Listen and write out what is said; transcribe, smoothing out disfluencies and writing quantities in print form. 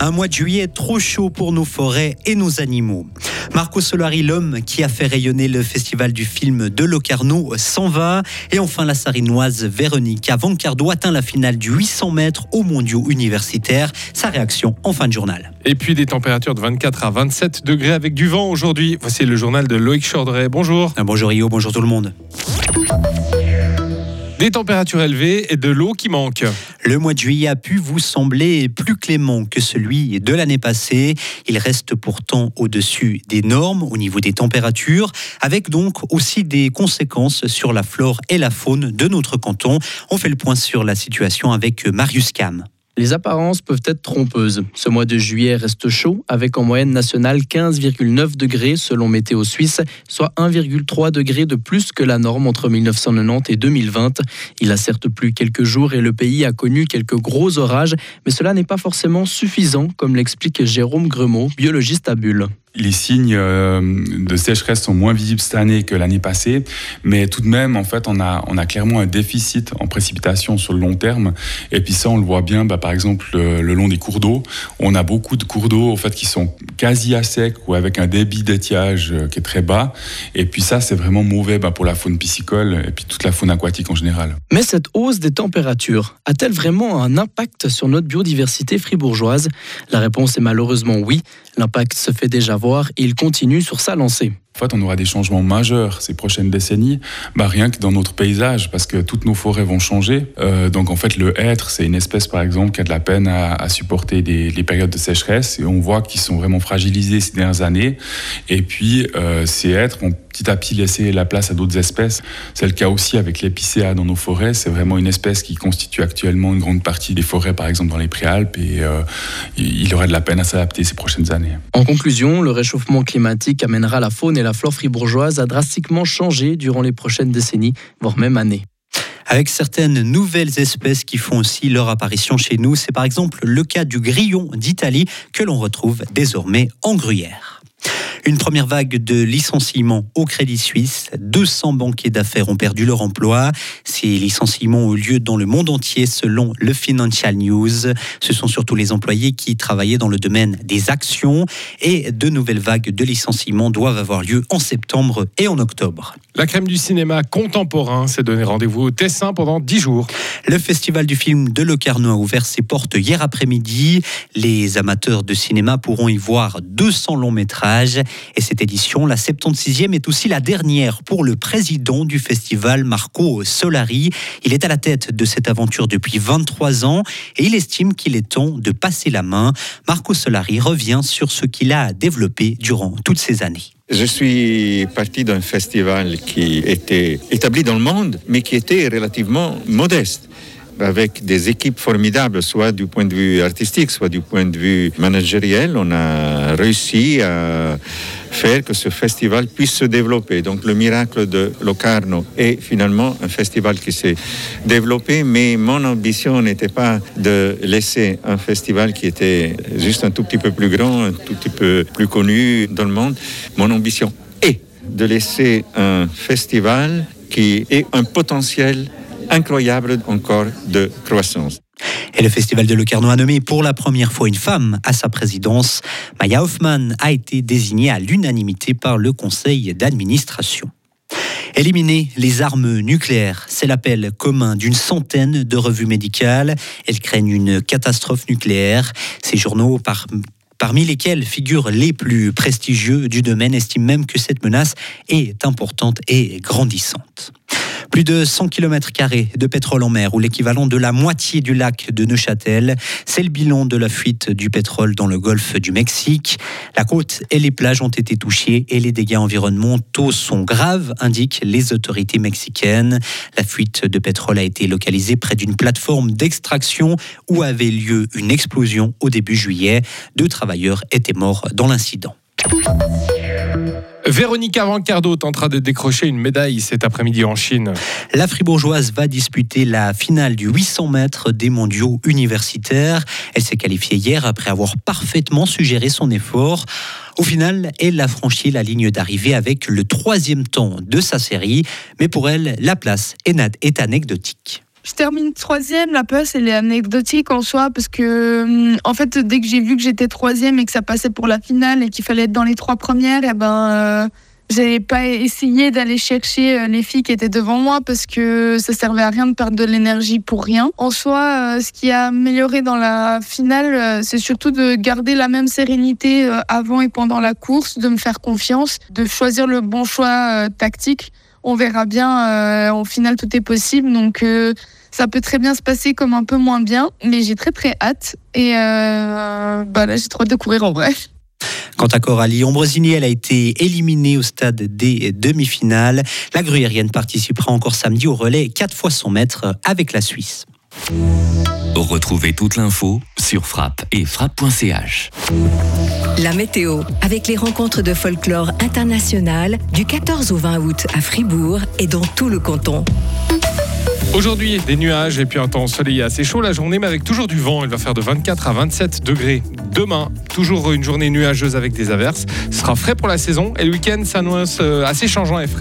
Un mois de juillet trop chaud pour nos forêts et nos animaux. Marco Solari, l'homme qui a fait rayonner le festival du film de Locarno, s'en va. Et enfin, la sarinoise Véronique Vancardo atteint la finale du 800 mètres aux mondiaux universitaires. Sa réaction en fin de journal. Et puis des températures de 24 à 27 degrés avec du vent aujourd'hui. Voici le journal de Loïc Chordray. Bonjour. Bonjour Rio, bonjour tout le monde. Des températures élevées et de l'eau qui manque. Le mois de juillet a pu vous sembler plus clément que celui de l'année passée. Il reste pourtant au-dessus des normes au niveau des températures, avec donc aussi des conséquences sur la flore et la faune de notre canton. On fait le point sur la situation avec Marius Cam. Les apparences peuvent être trompeuses. Ce mois de juillet reste chaud, avec en moyenne nationale 15,9 degrés selon Météo Suisse, soit 1,3 degré de plus que la norme entre 1990 et 2020. Il a certes plu quelques jours et le pays a connu quelques gros orages, mais cela n'est pas forcément suffisant, comme l'explique Jérôme Gremaud, biologiste à Bulle. Les signes de sécheresse sont moins visibles cette année que l'année passée, mais tout de même, en fait, on a clairement un déficit en précipitation sur le long terme. Et puis ça, on le voit bien, par exemple, le long des cours d'eau. On a beaucoup de cours d'eau, en fait, qui sont quasi à sec ou avec un débit d'étiage qui est très bas. Et puis ça, c'est vraiment mauvais pour la faune piscicole et puis toute la faune aquatique en général. Mais cette hausse des températures a-t-elle vraiment un impact sur notre biodiversité fribourgeoise ? La réponse est malheureusement oui. L'impact se fait déjà voir et il continue sur sa lancée. En fait, on aura des changements majeurs ces prochaines décennies, rien que dans notre paysage, parce que toutes nos forêts vont changer. Donc en fait, le hêtre, c'est une espèce, par exemple, qui a de la peine à supporter les périodes de sécheresse. Et on voit qu'ils sont vraiment fragilisés ces dernières années. Et puis, ces hêtres vont petit à petit laisser la place à d'autres espèces. C'est le cas aussi avec l'épicéa dans nos forêts. C'est vraiment une espèce qui constitue actuellement une grande partie des forêts, par exemple, dans les Préalpes. Et il aurait de la peine à s'adapter ces prochaines années. En conclusion, le réchauffement climatique amènera la faune et la flore fribourgeoise à drastiquement changer durant les prochaines décennies, voire même années. Avec certaines nouvelles espèces qui font aussi leur apparition chez nous, c'est par exemple le cas du grillon d'Italie que l'on retrouve désormais en Gruyère. Une première vague de licenciements au Crédit Suisse. 200 banquiers d'affaires ont perdu leur emploi. Ces licenciements ont eu lieu dans le monde entier selon le Financial News. Ce sont surtout les employés qui travaillaient dans le domaine des actions. Et de nouvelles vagues de licenciements doivent avoir lieu en septembre et en octobre. La crème du cinéma contemporain s'est donné rendez-vous au Tessin pendant 10 jours. Le festival du film de Locarno a ouvert ses portes hier après-midi. Les amateurs de cinéma pourront y voir 200 longs métrages. Et cette édition, la 76e, est aussi la dernière pour le président du festival, Marco Solari. Il est à la tête de cette aventure depuis 23 ans et il estime qu'il est temps de passer la main. Marco Solari revient sur ce qu'il a développé durant toutes ces années. Je suis parti d'un festival qui était établi dans le monde, mais qui était relativement modeste, avec des équipes formidables, soit du point de vue artistique, soit du point de vue managériel. On a réussi à faire que ce festival puisse se développer. Donc le miracle de Locarno est finalement un festival qui s'est développé, mais mon ambition n'était pas de laisser un festival qui était juste un tout petit peu plus grand, un tout petit peu plus connu dans le monde. Mon ambition est de laisser un festival qui ait un potentiel incroyable encore de croissance. Et le Festival de Locarno a nommé pour la première fois une femme à sa présidence. Maya Hoffman a été désignée à l'unanimité par le conseil d'administration. Éliminer les armes nucléaires, c'est l'appel commun d'une centaine de revues médicales. Elles craignent une catastrophe nucléaire. Ces journaux, parmi lesquels figurent les plus prestigieux du domaine, estiment même que cette menace est importante et grandissante. Plus de 100 km² de pétrole en mer, ou l'équivalent de la moitié du lac de Neuchâtel. C'est le bilan de la fuite du pétrole dans le golfe du Mexique. La côte et les plages ont été touchées et les dégâts environnementaux sont graves, indiquent les autorités mexicaines. La fuite de pétrole a été localisée près d'une plateforme d'extraction où avait lieu une explosion au début juillet. 2 travailleurs étaient morts dans l'incident. Véronique Vancardo tentera de décrocher une médaille cet après-midi en Chine. La Fribourgeoise va disputer la finale du 800 mètres des mondiaux universitaires. Elle s'est qualifiée hier après avoir parfaitement suggéré son effort. Au final, elle a franchi la ligne d'arrivée avec le 3e temps de sa série. Mais pour elle, la place est anecdotique. Je termine 3e. La place, elle est anecdotique en soi parce que, en fait, dès que j'ai vu que j'étais 3e et que ça passait pour la finale et qu'il fallait être dans les 3 premières, j'avais pas essayé d'aller chercher les filles qui étaient devant moi parce que ça servait à rien de perdre de l'énergie pour rien. En soi, ce qui a amélioré dans la finale, c'est surtout de garder la même sérénité avant et pendant la course, de me faire confiance, de choisir le bon choix tactique. On verra bien, en finale tout est possible, donc ça peut très bien se passer comme un peu moins bien, mais j'ai très très hâte et là j'ai trop hâte de courir en vrai. Quant à Coralie Ambrosini, elle a été éliminée au stade des demi-finales. La gruyérienne participera encore samedi au relais 4 fois 100 mètres avec la Suisse. Retrouvez toute l'info sur Frappe et frappe.ch. La météo, avec les rencontres de folklore international du 14 au 20 août à Fribourg et dans tout le canton. Aujourd'hui, des nuages et puis un temps ensoleillé assez chaud la journée, mais avec toujours du vent. Il va faire de 24 à 27 degrés. Demain, toujours une journée nuageuse avec des averses. Ce sera frais pour la saison et le week-end s'annonce assez changeant et frais.